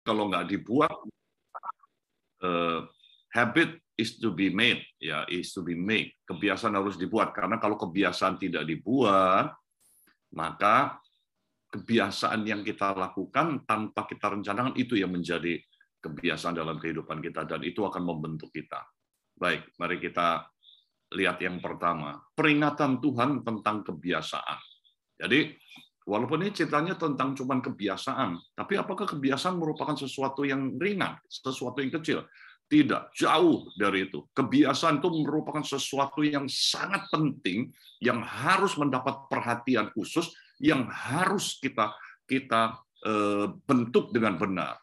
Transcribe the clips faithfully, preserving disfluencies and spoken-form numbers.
kalau nggak dibuat, uh, habit is to be made, ya, is to be made. Kebiasaan harus dibuat, karena kalau kebiasaan tidak dibuat, maka kebiasaan yang kita lakukan tanpa kita rencanakan itu yang menjadi kebiasaan dalam kehidupan kita, dan itu akan membentuk kita. Baik, mari kita lihat yang pertama, peringatan Tuhan tentang kebiasaan. Jadi, walaupun ini ceritanya tentang cuman kebiasaan, tapi apakah kebiasaan merupakan sesuatu yang ringan, sesuatu yang kecil? Tidak, jauh dari itu. Kebiasaan itu merupakan sesuatu yang sangat penting, yang harus mendapat perhatian khusus, yang harus kita kita eh, bentuk dengan benar.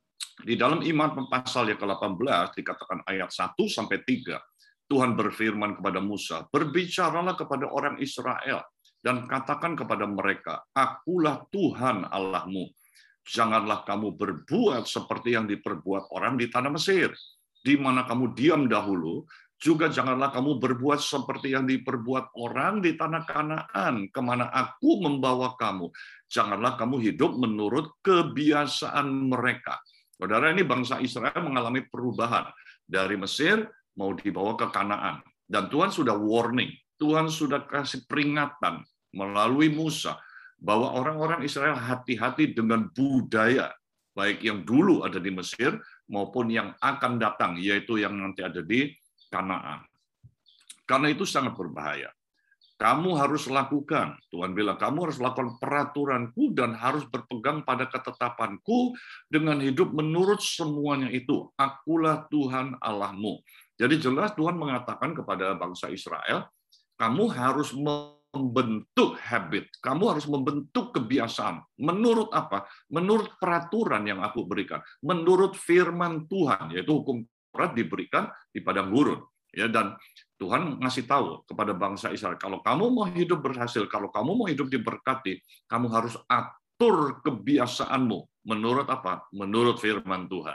Di dalam Iman pasal yang ke delapan belas dikatakan ayat satu sampai tiga, Tuhan berfirman kepada Musa, "Berbicaralah kepada orang Israel dan katakan kepada mereka, Akulah Tuhan Allahmu. Janganlah kamu berbuat seperti yang diperbuat orang di tanah Mesir, di mana kamu diam dahulu, juga janganlah kamu berbuat seperti yang diperbuat orang di tanah Kanaan, kemana aku membawa kamu. Janganlah kamu hidup menurut kebiasaan mereka." Saudara, ini bangsa Israel mengalami perubahan. Dari Mesir mau dibawa ke Kanaan. Dan Tuhan sudah warning, Tuhan sudah kasih peringatan melalui Musa, bahwa orang-orang Israel hati-hati dengan budaya, baik yang dulu ada di Mesir, maupun yang akan datang, yaitu yang nanti ada di Kanaan. Karena itu sangat berbahaya. Kamu harus lakukan, Tuhan bilang, kamu harus lakukan peraturanku dan harus berpegang pada ketetapanku dengan hidup menurut semuanya itu. Akulah Tuhan Allahmu. Jadi jelas Tuhan mengatakan kepada bangsa Israel, kamu harus membentuk habit, kamu harus membentuk kebiasaan. Menurut apa? Menurut peraturan yang aku berikan. Menurut firman Tuhan, yaitu hukum Taurat diberikan di padang gurun. Ya, dan Tuhan ngasih tahu kepada bangsa Israel, kalau kamu mau hidup berhasil, kalau kamu mau hidup diberkati, kamu harus atur kebiasaanmu. Menurut apa? Menurut firman Tuhan.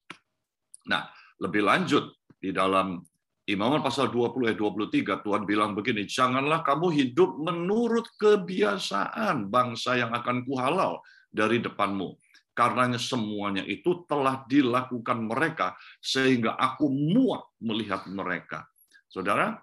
Nah, lebih lanjut, di dalam Imaman pasal dua puluh ayat dua puluh tiga, Tuhan bilang begini, janganlah kamu hidup menurut kebiasaan bangsa yang akan kuhalau dari depanmu. Karenanya semuanya itu telah dilakukan mereka, sehingga aku muak melihat mereka. Saudara,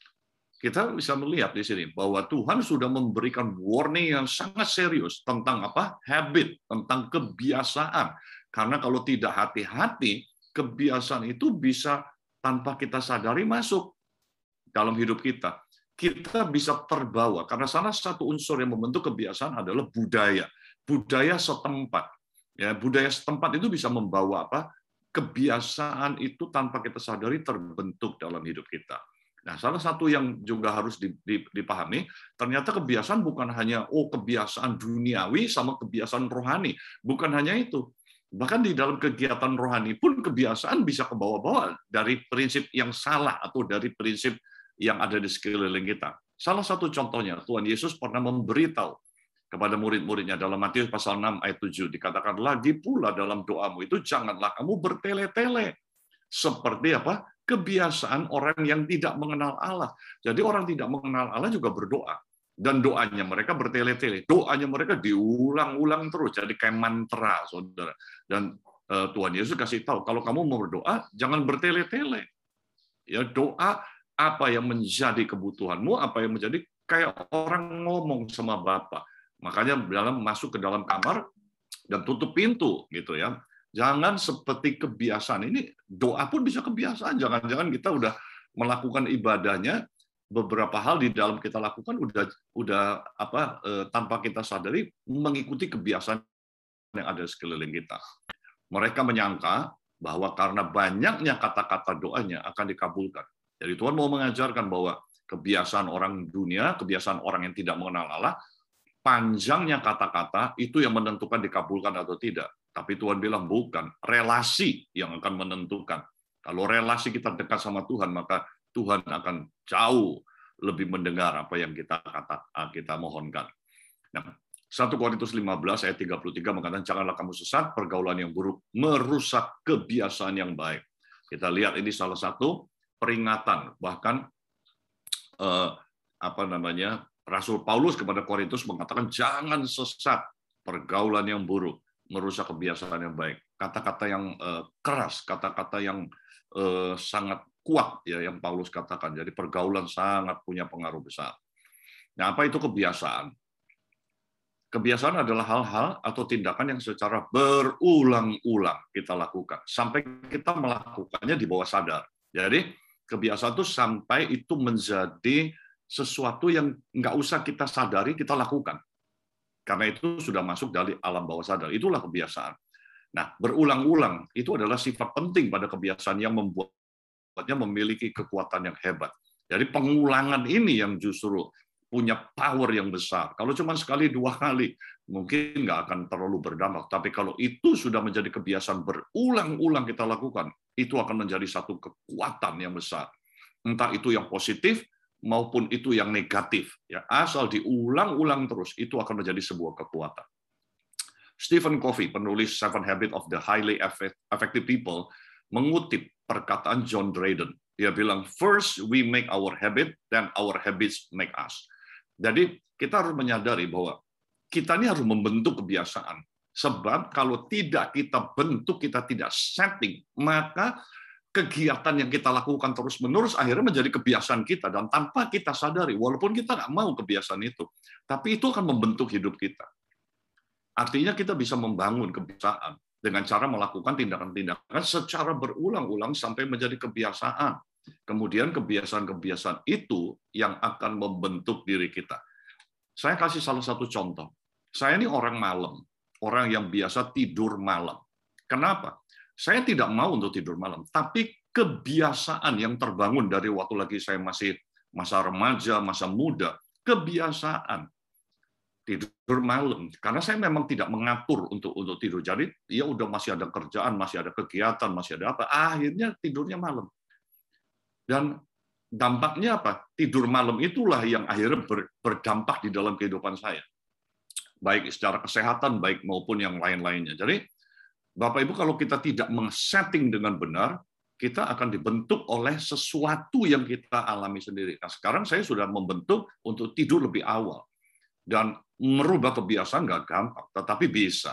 kita bisa melihat di sini bahwa Tuhan sudah memberikan warning yang sangat serius tentang apa? Habit, tentang kebiasaan. Karena kalau tidak hati-hati, kebiasaan itu bisa tanpa kita sadari masuk dalam hidup kita. Kita bisa terbawa, karena salah satu unsur yang membentuk kebiasaan adalah budaya. Budaya setempat. Ya, budaya setempat itu bisa membawa apa? Kebiasaan itu tanpa kita sadari terbentuk dalam hidup kita. Nah, salah satu yang juga harus dipahami, ternyata kebiasaan bukan hanya oh kebiasaan duniawi sama kebiasaan rohani, bukan hanya itu. Bahkan di dalam kegiatan rohani pun kebiasaan bisa kebawa-bawa dari prinsip yang salah atau dari prinsip yang ada di sekeliling kita. Salah satu contohnya, Tuhan Yesus pernah memberitahu kepada murid-muridnya dalam Matius pasal enam ayat tujuh, dikatakan lagi pula dalam doamu itu janganlah kamu bertele-tele seperti apa? Kebiasaan orang yang tidak mengenal Allah. Jadi orang tidak mengenal Allah juga berdoa, dan doanya mereka bertele-tele. Doanya mereka diulang-ulang terus, jadi kayak mantra, Saudara. Dan uh, Tuhan Yesus kasih tahu, kalau kamu mau berdoa jangan bertele-tele. Ya, doa apa yang menjadi kebutuhanmu, apa yang menjadi kayak orang ngomong sama Bapa. Makanya dalam masuk ke dalam kamar dan tutup pintu gitu ya. Jangan seperti kebiasaan. Ini doa pun bisa kebiasaan. Jangan-jangan kita udah melakukan ibadahnya, beberapa hal di dalam kita lakukan udah udah apa eh, tanpa kita sadari mengikuti kebiasaan yang ada di sekeliling kita. Mereka menyangka bahwa karena banyaknya kata-kata doanya akan dikabulkan. Jadi Tuhan mau mengajarkan bahwa kebiasaan orang dunia, kebiasaan orang yang tidak mengenal Allah, panjangnya kata-kata itu yang menentukan dikabulkan atau tidak. Tapi Tuhan bilang bukan, relasi yang akan menentukan. Kalau relasi kita dekat sama Tuhan, maka Tuhan akan jauh lebih mendengar apa yang kita kata kita mohonkan. Nah, satu Korintus lima belas ayat tiga puluh tiga mengatakan janganlah kamu sesat, pergaulan yang buruk merusak kebiasaan yang baik. Kita lihat ini salah satu peringatan, bahkan eh, apa namanya? Rasul Paulus kepada Korintus mengatakan jangan sesat, pergaulan yang buruk. merusak kebiasaan yang baik. Kata-kata yang uh, keras, kata-kata yang uh, sangat kuat ya yang Paulus katakan. Jadi pergaulan sangat punya pengaruh besar. Nah, apa itu kebiasaan? Kebiasaan adalah hal-hal atau tindakan yang secara berulang-ulang kita lakukan sampai kita melakukannya di bawah sadar. Jadi kebiasaan itu sampai itu menjadi sesuatu yang nggak usah kita sadari, kita lakukan. Karena itu sudah masuk dari alam bawah sadar. Itulah kebiasaan. Nah, berulang-ulang itu adalah sifat penting pada kebiasaan yang membuatnya memiliki kekuatan yang hebat. Jadi pengulangan ini yang justru punya power yang besar. Kalau cuma sekali dua kali, mungkin nggak akan terlalu berdampak. Tapi kalau itu sudah menjadi kebiasaan berulang-ulang kita lakukan, itu akan menjadi satu kekuatan yang besar. Entah itu yang positif maupun itu yang negatif. Ya, asal diulang-ulang terus, itu akan menjadi sebuah kekuatan. Stephen Covey, penulis Seven Habits of the Highly Effective People, mengutip perkataan John Dryden. Dia bilang, first we make our habit, then our habits make us. Jadi kita harus menyadari bahwa kita ini harus membentuk kebiasaan. Sebab kalau tidak kita bentuk, kita tidak setting, maka kegiatan yang kita lakukan terus-menerus akhirnya menjadi kebiasaan kita. Dan tanpa kita sadari, walaupun kita nggak mau kebiasaan itu, tapi itu akan membentuk hidup kita. Artinya kita bisa membangun kebiasaan dengan cara melakukan tindakan-tindakan secara berulang-ulang sampai menjadi kebiasaan. Kemudian kebiasaan-kebiasaan itu yang akan membentuk diri kita. Saya kasih salah satu contoh. Saya ini orang malam, orang yang biasa tidur malam. Kenapa? Saya tidak mau untuk tidur malam, tapi kebiasaan yang terbangun dari waktu lagi saya masih masa remaja, masa muda, kebiasaan tidur malam. Karena saya memang tidak mengatur untuk untuk tidur. Jadi ya udah masih ada kerjaan, masih ada kegiatan, masih ada apa. Akhirnya tidurnya malam. Dan dampaknya apa? Tidur malam itulah yang akhirnya berdampak di dalam kehidupan saya. Baik secara kesehatan, baik maupun yang lain-lainnya. Jadi, Bapak Ibu, kalau kita tidak men-setting dengan benar, kita akan dibentuk oleh sesuatu yang kita alami sendiri. Nah, sekarang saya sudah membentuk untuk tidur lebih awal. Dan merubah kebiasaan nggak gampang, tetapi bisa.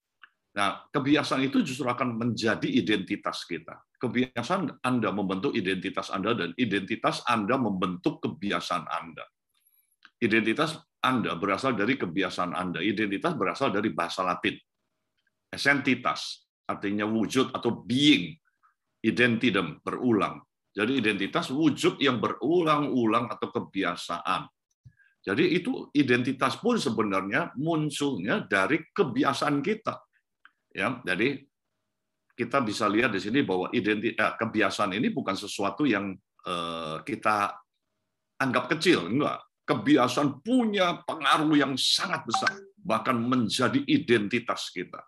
Nah, kebiasaan itu justru akan menjadi identitas kita. Kebiasaan Anda membentuk identitas Anda, dan identitas Anda membentuk kebiasaan Anda. Identitas Anda berasal dari kebiasaan Anda. Identitas berasal dari bahasa Latin. Esentitas, artinya wujud atau being. Identidem, berulang. Jadi identitas wujud yang berulang-ulang atau kebiasaan. Jadi itu identitas pun sebenarnya munculnya dari kebiasaan kita. Ya, jadi kita bisa lihat di sini bahwa identitas, kebiasaan ini bukan sesuatu yang uh, kita anggap kecil, enggak. Kebiasaan punya pengaruh yang sangat besar, bahkan menjadi identitas kita.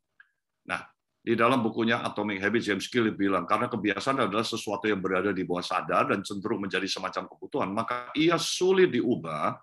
Nah, di dalam bukunya Atomic Habits, James Clear bilang, karena kebiasaan adalah sesuatu yang berada di bawah sadar dan cenderung menjadi semacam kebutuhan, maka ia sulit diubah,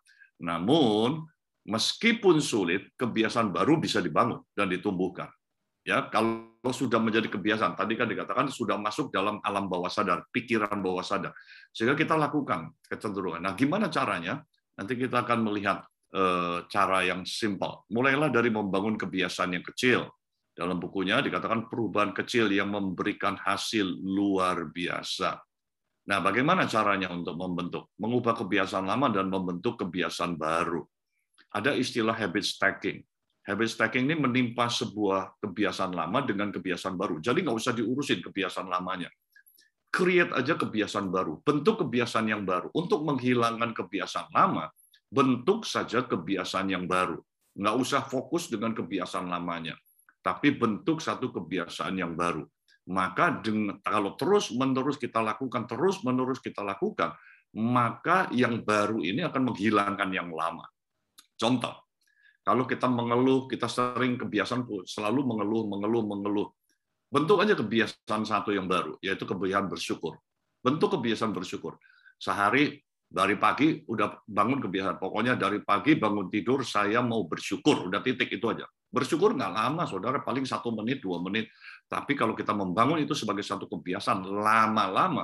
namun meskipun sulit, kebiasaan baru bisa dibangun dan ditumbuhkan. Ya, kalau sudah menjadi kebiasaan, tadi kan dikatakan sudah masuk dalam alam bawah sadar, pikiran bawah sadar, sehingga kita lakukan kecenderungan. Nah, gimana caranya? Nanti kita akan melihat eh, cara yang simpel. Mulailah dari membangun kebiasaan yang kecil. Dalam bukunya dikatakan perubahan kecil yang memberikan hasil luar biasa. Nah, bagaimana caranya untuk membentuk? Mengubah kebiasaan lama dan membentuk kebiasaan baru. Ada istilah habit stacking. Habit stacking ini menimpa sebuah kebiasaan lama dengan kebiasaan baru. Jadi nggak usah diurusin kebiasaan lamanya. Create aja kebiasaan baru. Bentuk kebiasaan yang baru. Untuk menghilangkan kebiasaan lama, bentuk saja kebiasaan yang baru. Nggak usah fokus dengan kebiasaan lamanya. Tapi bentuk satu kebiasaan yang baru. Maka dengan, kalau terus-menerus kita lakukan, terus-menerus kita lakukan, maka yang baru ini akan menghilangkan yang lama. Contoh, kalau kita mengeluh, kita sering kebiasaan selalu mengeluh, mengeluh, mengeluh. Bentuk aja kebiasaan satu yang baru, yaitu kebiasaan bersyukur. Bentuk kebiasaan bersyukur. Sehari dari pagi udah bangun kebiasaan. Pokoknya dari pagi bangun tidur saya mau bersyukur. Udah titik itu aja. Bersyukur nggak lama, saudara. Paling satu menit, dua menit. Tapi kalau kita membangun itu sebagai satu kebiasaan, lama-lama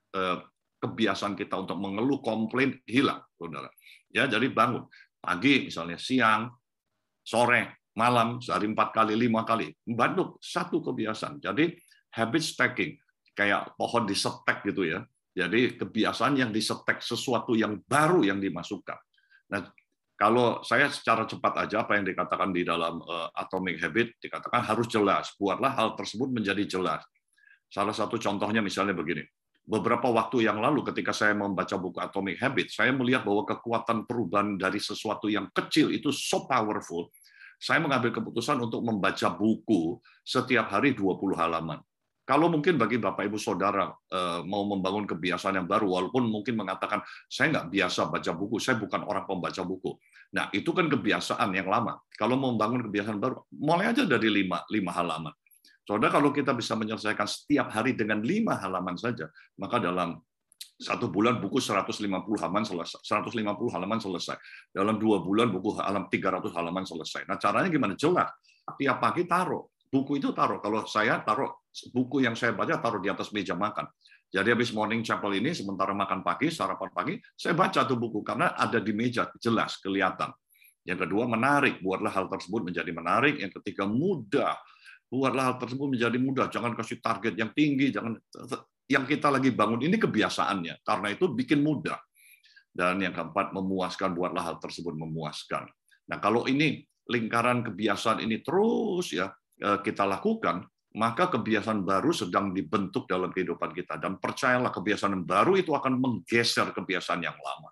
kebiasaan kita untuk mengeluh, komplain hilang, saudara. Ya, jadi bangun pagi, misalnya siang, sore, malam, sehari empat kali, lima kali. Membantu satu kebiasaan. Jadi habit stacking, kayak pohon disetek gitu ya. Jadi kebiasaan yang disetek, sesuatu yang baru yang dimasukkan. Nah, kalau saya secara cepat aja apa yang dikatakan di dalam uh, Atomic Habit, dikatakan harus jelas. Buatlah hal tersebut menjadi jelas. Salah satu contohnya misalnya begini. Beberapa waktu yang lalu ketika saya membaca buku Atomic Habit, saya melihat bahwa kekuatan perubahan dari sesuatu yang kecil itu so powerful. Saya mengambil keputusan untuk membaca buku setiap hari dua puluh halaman. Kalau mungkin bagi Bapak Ibu Saudara mau membangun kebiasaan yang baru, walaupun mungkin mengatakan, saya nggak biasa baca buku, saya bukan orang pembaca buku. Nah, itu kan kebiasaan yang lama. Kalau mau membangun kebiasaan baru, mulai aja dari lima, lima halaman. Saudara, kalau kita bisa menyelesaikan setiap hari dengan lima halaman saja, maka dalam satu bulan buku seratus lima puluh halaman selesai. seratus lima puluh halaman selesai. Dalam dua bulan buku halaman tiga ratus halaman selesai. Nah, caranya gimana? Jelas. Tiap pagi taruh. Buku itu taruh. Kalau saya taruh buku yang saya baca taruh di atas meja makan. Jadi habis morning chapel ini, sementara makan pagi, sarapan pagi, saya baca tuh buku karena ada di meja, jelas, kelihatan. Yang kedua, menarik. Buatlah hal tersebut menjadi menarik. Yang ketiga, mudah. Buatlah hal tersebut menjadi mudah. Jangan kasih target yang tinggi. Jangan yang kita lagi bangun ini kebiasaannya. Karena itu bikin mudah. Dan yang keempat, memuaskan. Buatlah hal tersebut memuaskan. Nah, kalau ini lingkaran kebiasaan ini terus ya kita lakukan, maka kebiasaan baru sedang dibentuk dalam kehidupan kita. Dan percayalah, kebiasaan yang baru itu akan menggeser kebiasaan yang lama.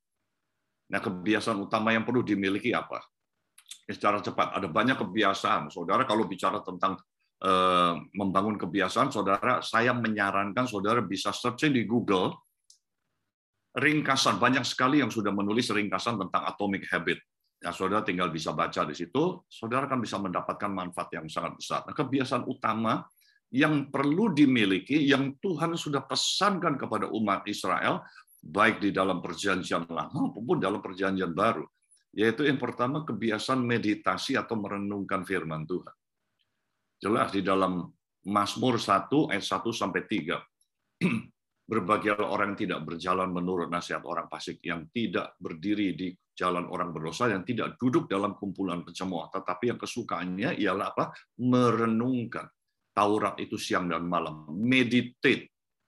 Nah, kebiasaan utama yang perlu dimiliki apa? Secara cepat, ada banyak kebiasaan. Saudara, kalau bicara tentang eh, membangun kebiasaan, saudara, saya menyarankan saudara bisa searching di Google, ringkasan, banyak sekali yang sudah menulis ringkasan tentang Atomic Habit. Nah, saudara tinggal bisa baca di situ, saudara kan bisa mendapatkan manfaat yang sangat besar. Nah, kebiasaan utama yang perlu dimiliki, yang Tuhan sudah pesankan kepada umat Israel, baik di dalam perjanjian lama maupun dalam perjanjian baru, yaitu yang pertama kebiasaan meditasi atau merenungkan firman Tuhan. Jelas di dalam Mazmur satu ayat satu sampai tiga. Berbahagialah orang yang tidak berjalan menurut nasihat orang fasik, yang tidak berdiri di jalan orang berdosa, yang tidak duduk dalam kumpulan pencemooh, tetapi yang kesukaannya ialah apa? Merenungkan Taurat itu siang dan malam. Meditate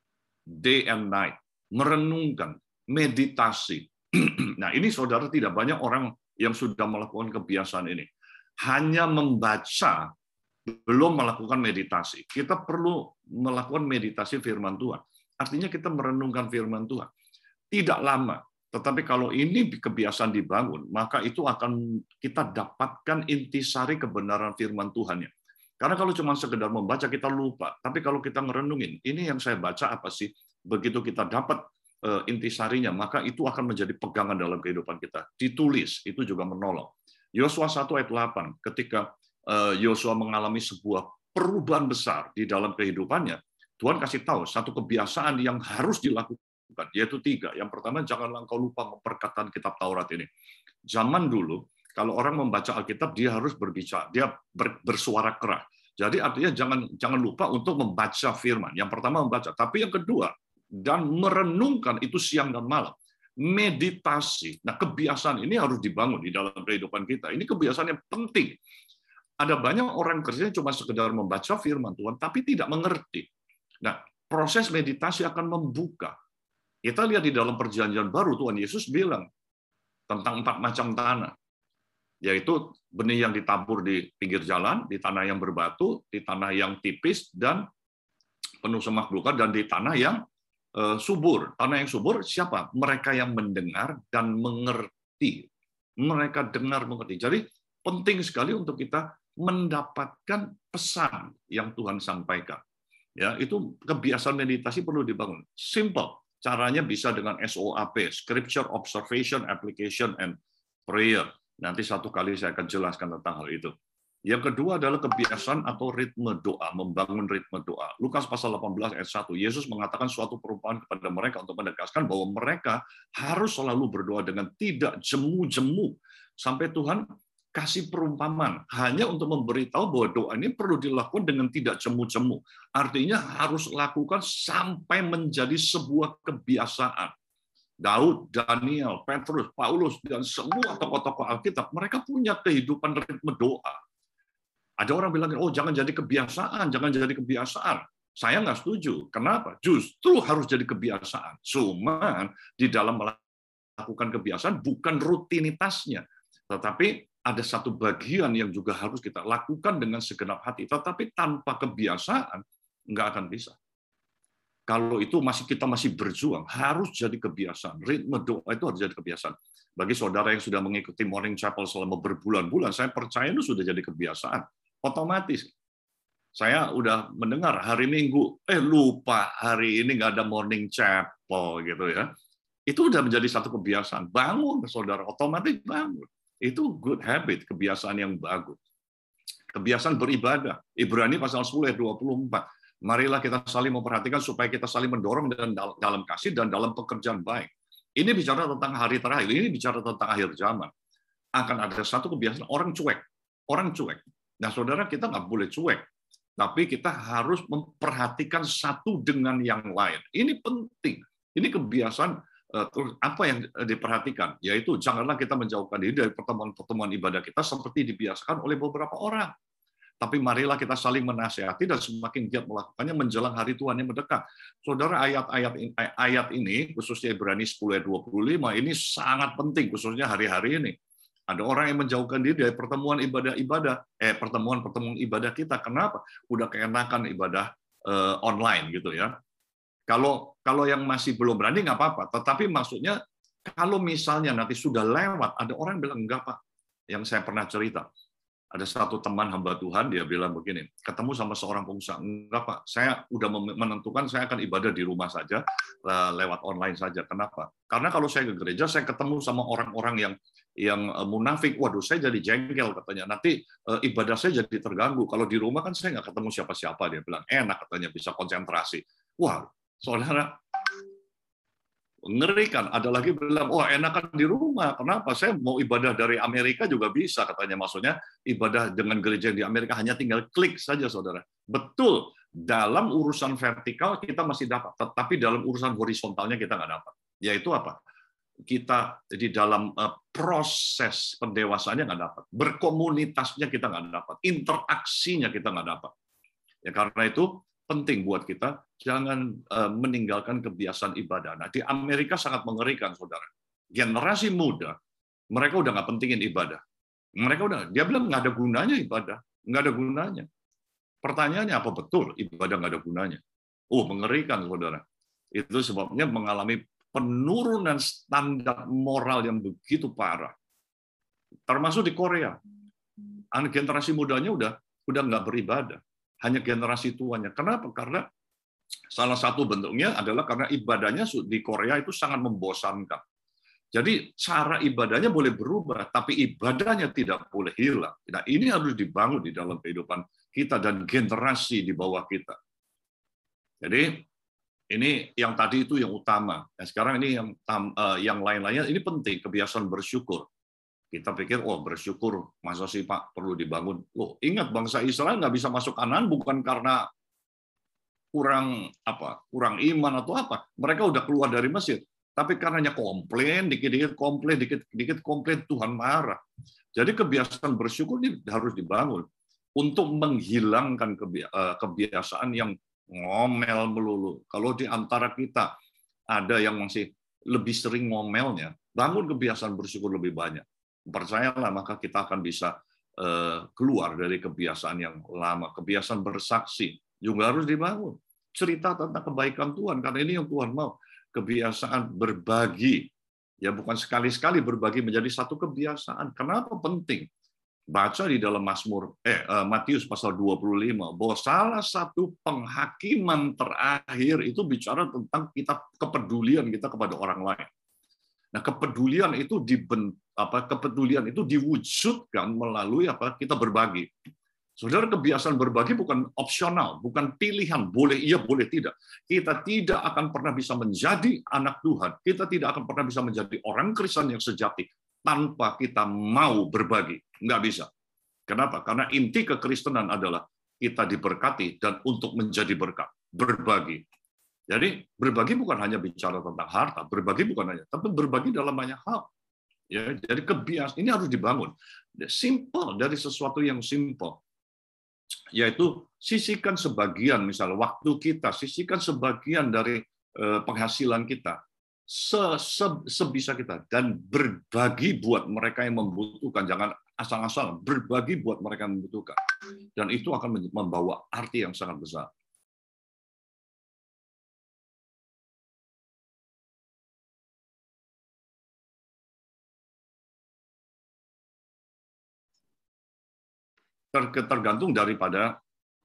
day and night. Merenungkan, meditasi. Nah, ini saudara, tidak banyak orang yang sudah melakukan kebiasaan ini. Hanya membaca, belum melakukan meditasi. Kita perlu melakukan meditasi firman Tuhan. Artinya kita merenungkan firman Tuhan. Tidak lama, tetapi kalau ini kebiasaan dibangun, maka itu akan kita dapatkan intisari kebenaran firman Tuhannya. Karena kalau cuma sekedar membaca, kita lupa. Tapi kalau kita merenungin, ini yang saya baca apa sih? Begitu kita dapat intisarinya, maka itu akan menjadi pegangan dalam kehidupan kita. Ditulis, itu juga menolong. Yosua satu ayat delapan, ketika Yosua mengalami sebuah perubahan besar di dalam kehidupannya, Tuhan kasih tahu satu kebiasaan yang harus dilakukan, yaitu tiga. Yang pertama, janganlah engkau lupa memperkatakan kitab Taurat ini. Zaman dulu, kalau orang membaca Alkitab, dia harus berbicara, dia bersuara keras. Jadi artinya jangan jangan lupa untuk membaca firman. Yang pertama membaca, tapi yang kedua, dan merenungkan itu siang dan malam. Meditasi. Nah, kebiasaan ini harus dibangun di dalam kehidupan kita. Ini kebiasaan yang penting. Ada banyak orang Kristen cuma sekedar membaca firman Tuhan, tapi tidak mengerti. Nah, proses meditasi akan membuka. Kita lihat di dalam perjanjian baru, Tuhan Yesus bilang tentang empat macam tanah. Yaitu benih yang ditabur di pinggir jalan, di tanah yang berbatu, di tanah yang tipis, dan penuh semak belukar, dan di tanah yang subur. Tanah yang subur siapa? Mereka yang mendengar dan mengerti. Mereka dengar mengerti. Jadi penting sekali untuk kita mendapatkan pesan yang Tuhan sampaikan. Ya, itu kebiasaan meditasi perlu dibangun. Simple. Caranya bisa dengan S O A P, Scripture Observation, Application, and Prayer. Nanti satu kali saya akan jelaskan tentang hal itu. Yang kedua adalah kebiasaan atau ritme doa, membangun ritme doa. Lukas pasal delapan belas ayat satu, Yesus mengatakan suatu perumpamaan kepada mereka untuk menegaskan bahwa mereka harus selalu berdoa dengan tidak jemu-jemu. Sampai Tuhan kasih perumpamaan, hanya untuk memberitahu bahwa doa ini perlu dilakukan dengan tidak jemu-jemu. Artinya harus lakukan sampai menjadi sebuah kebiasaan. Daud, Daniel, Petrus, Paulus, dan semua tokoh-tokoh Alkitab, mereka punya kehidupan ritme doa. Ada orang bilang, oh jangan jadi kebiasaan, jangan jadi kebiasaan. Saya nggak setuju. Kenapa? Justru harus jadi kebiasaan. Cuman di dalam melakukan kebiasaan bukan rutinitasnya, tetapi ada satu bagian yang juga harus kita lakukan dengan segenap hati. Tetapi tanpa kebiasaan nggak akan bisa. Kalau itu masih kita masih berjuang, harus jadi kebiasaan. Ritme doa itu harus jadi kebiasaan. Bagi saudara yang sudah mengikuti Morning Chapel selama berbulan-bulan, saya percaya itu sudah jadi kebiasaan. Otomatis. Saya udah mendengar hari Minggu, eh lupa hari ini nggak ada Morning Chapel gitu ya. Itu udah menjadi satu kebiasaan. Bangun, saudara, otomatis bangun. Itu good habit, kebiasaan yang bagus. Kebiasaan beribadah. Ibrani pasal sepuluh ayat dua puluh empat. Marilah kita saling memperhatikan supaya kita saling mendorong dan dalam kasih dan dalam pekerjaan baik. Ini bicara tentang hari terakhir, ini bicara tentang akhir zaman. Akan ada satu kebiasaan, orang cuek. Orang cuek. Nah, saudara, kita nggak boleh cuek. Tapi kita harus memperhatikan satu dengan yang lain. Ini penting. Ini kebiasaan, apa yang diperhatikan? Yaitu, janganlah kita menjauhkan diri dari pertemuan-pertemuan ibadah kita seperti dibiasakan oleh beberapa orang. Tapi marilah kita saling menasihati dan semakin giat melakukannya menjelang hari Tuhan yang mendekat. Saudara, ayat-ayat ayat ini, khususnya Ibrani sepuluh ayat dua puluh lima, ini sangat penting, khususnya hari-hari ini. Ada orang yang menjauhkan diri dari pertemuan ibadah-ibadah, eh pertemuan-pertemuan ibadah kita. Kenapa? Udah keenakan ibadah eh, online gitu ya. Kalau kalau yang masih belum berani nggak apa-apa. Tetapi maksudnya kalau misalnya nanti sudah lewat, ada orang yang bilang enggak Pak. Yang saya pernah cerita. Ada satu teman hamba Tuhan, dia bilang begini, ketemu sama seorang pengusaha, enggak Pak, saya udah menentukan saya akan ibadah di rumah saja, lewat online saja. Kenapa? Karena kalau saya ke gereja, saya ketemu sama orang-orang yang yang munafik, waduh saya jadi jengkel katanya, nanti ibadah saya jadi terganggu. Kalau di rumah kan saya nggak ketemu siapa-siapa, dia bilang, enak katanya, bisa konsentrasi. Wah, saudara, mengerikan. Ada lagi bilang, wah enakan di rumah. Kenapa? Saya mau ibadah dari Amerika juga bisa, katanya. Maksudnya ibadah dengan gereja di Amerika hanya tinggal klik saja, saudara. Betul. Dalam urusan vertikal kita masih dapat, tetapi dalam urusan horizontalnya kita nggak dapat. Yaitu apa? Kita di dalam proses pendewasaannya nggak dapat. Berkomunitasnya kita nggak dapat. Interaksinya kita nggak dapat. Ya karena itu penting buat kita jangan meninggalkan kebiasaan ibadah. Nah, di Amerika sangat mengerikan, saudara. Generasi muda, mereka udah nggak pentingin ibadah. Mereka udah, dia bilang nggak ada gunanya ibadah, nggak ada gunanya. Pertanyaannya apa betul ibadah nggak ada gunanya? Oh, mengerikan, saudara. Itu sebabnya mengalami penurunan standar moral yang begitu parah. Termasuk di Korea. Generasi mudanya udah udah nggak beribadah. Hanya generasi tuanya. Kenapa? Karena salah satu bentuknya adalah karena ibadahnya di Korea itu sangat membosankan. Jadi cara ibadahnya boleh berubah, tapi ibadahnya tidak boleh hilang. Nah, ini harus dibangun di dalam kehidupan kita dan generasi di bawah kita. Jadi ini yang tadi itu yang utama. Nah, sekarang ini yang yang lain-lainnya ini penting, kebiasaan bersyukur. Kita pikir, oh bersyukur, masa sih Pak perlu dibangun? Loh, ingat bangsa Israel nggak bisa masuk Kanaan bukan karena kurang apa, kurang iman atau apa. Mereka udah keluar dari Mesir, tapi karenanya komplain, dikit-dikit komplain, dikit-dikit komplain, Tuhan marah. Jadi kebiasaan bersyukur ini harus dibangun untuk menghilangkan kebiasaan yang ngomel melulu. Kalau di antara kita ada yang masih lebih sering ngomelnya, bangun kebiasaan bersyukur lebih banyak. Percayalah, maka kita akan bisa keluar dari kebiasaan yang lama. Kebiasaan bersaksi juga harus dibangun. Cerita tentang kebaikan Tuhan, karena ini yang Tuhan mau. Kebiasaan berbagi. Ya, bukan sekali-sekali berbagi menjadi satu kebiasaan. Kenapa penting? Baca di dalam Mazmur eh Matius pasal dua puluh lima bahwa salah satu penghakiman terakhir itu bicara tentang kita kepedulian kita kepada orang lain. Nah, kepedulian itu diben, apa kepedulian itu diwujudkan melalui apa? Kita berbagi. Saudara, kebiasaan berbagi bukan opsional, bukan pilihan, boleh iya, boleh tidak. Kita tidak akan pernah bisa menjadi anak Tuhan, kita tidak akan pernah bisa menjadi orang Kristen yang sejati tanpa kita mau berbagi. Nggak bisa. Kenapa? Karena inti kekristenan adalah kita diberkati dan untuk menjadi berkat, berbagi. Jadi berbagi bukan hanya bicara tentang harta, berbagi bukan hanya, tapi berbagi dalam banyak hal. Ya, jadi kebiasaan ini harus dibangun. Simple, dari sesuatu yang simple. yaitu sisihkan sebagian, misalnya waktu kita, sisihkan sebagian dari penghasilan kita se -se sebisa kita, dan berbagi buat mereka yang membutuhkan. Jangan asal-asal, berbagi buat mereka yang membutuhkan. Dan itu akan membawa arti yang sangat besar. Tergantung daripada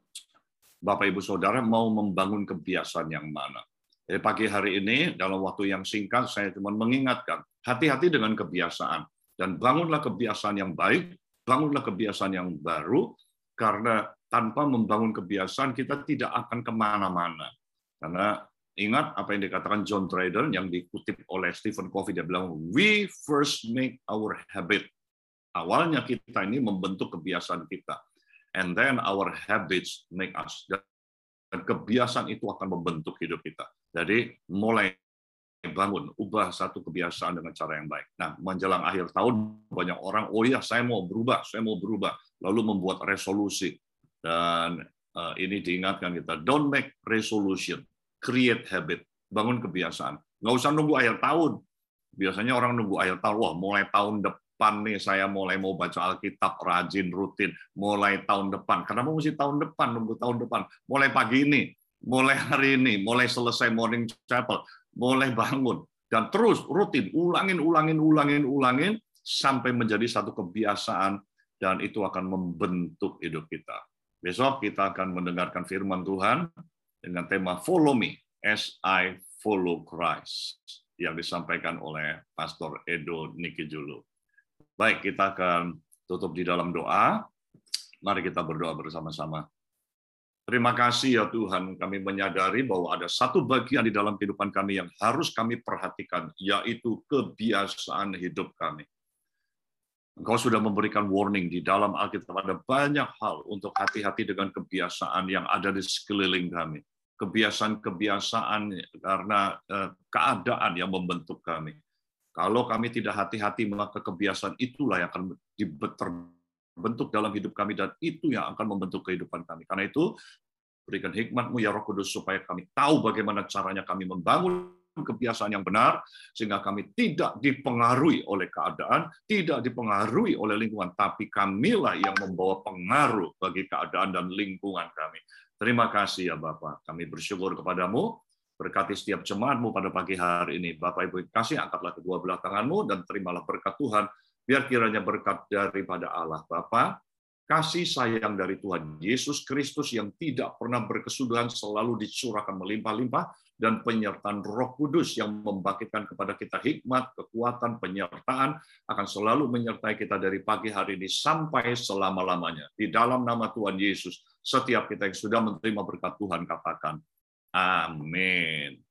Bapak Ibu Saudara mau membangun kebiasaan yang mana. Jadi pagi hari ini, dalam waktu yang singkat, saya cuma mengingatkan, hati-hati dengan kebiasaan. Dan bangunlah kebiasaan yang baik, bangunlah kebiasaan yang baru, karena tanpa membangun kebiasaan, kita tidak akan kemana-mana. Karena ingat apa yang dikatakan John Dryden, yang dikutip oleh Stephen Covey, dia bilang, we first make our habit. Awalnya kita ini membentuk kebiasaan kita. And then our habits make us. Dan kebiasaan itu akan membentuk hidup kita. Jadi mulai bangun, ubah satu kebiasaan dengan cara yang baik. Nah, menjelang akhir tahun, banyak orang, oh iya, saya mau berubah, saya mau berubah. Lalu membuat resolusi. Dan uh, ini diingatkan kita, don't make resolution, create habit, bangun kebiasaan. Nggak usah nunggu akhir tahun. Biasanya orang nunggu akhir tahun, wah mulai tahun depan nih, saya mulai mau baca Alkitab, rajin, rutin, mulai tahun depan. Kenapa mesti tahun depan, nunggu tahun depan? Mulai pagi ini, mulai hari ini, mulai selesai morning chapel, mulai bangun, dan terus rutin, ulangin, ulangin, ulangin, ulangin, sampai menjadi satu kebiasaan, dan itu akan membentuk hidup kita. Besok kita akan mendengarkan firman Tuhan dengan tema Follow Me, as I Follow Christ, yang disampaikan oleh Pastor Edo Nikijulu. Baik, kita akan tutup di dalam doa. Mari kita berdoa bersama-sama. Terima kasih ya Tuhan, kami menyadari bahwa ada satu bagian di dalam kehidupan kami yang harus kami perhatikan, yaitu kebiasaan hidup kami. Engkau sudah memberikan warning di dalam Alkitab, ada banyak hal untuk hati-hati dengan kebiasaan yang ada di sekeliling kami. Kebiasaan-kebiasaan karena keadaan yang membentuk kami. Kalau kami tidak hati-hati, maka kebiasaan itulah yang akan terbentuk dalam hidup kami, dan itu yang akan membentuk kehidupan kami. Karena itu, berikan hikmat-Mu ya Roh Kudus, supaya kami tahu bagaimana caranya kami membangun kebiasaan yang benar, sehingga kami tidak dipengaruhi oleh keadaan, tidak dipengaruhi oleh lingkungan, tapi kamilah yang membawa pengaruh bagi keadaan dan lingkungan kami. Terima kasih ya Bapak, kami bersyukur kepadamu. Berkati setiap jemaat-Mu pada pagi hari ini. Bapak Ibu kasih, angkatlah kedua belah tangan-Mu dan terimalah berkat Tuhan. Biar kiranya berkat daripada Allah Bapa, kasih sayang dari Tuhan Yesus Kristus yang tidak pernah berkesudahan, selalu dicurahkan melimpah-limpah, dan penyertaan Roh Kudus yang membangkitkan kepada kita hikmat, kekuatan, penyertaan, akan selalu menyertai kita dari pagi hari ini sampai selama-lamanya. Di dalam nama Tuhan Yesus, setiap kita yang sudah menerima berkat Tuhan, katakan, amin.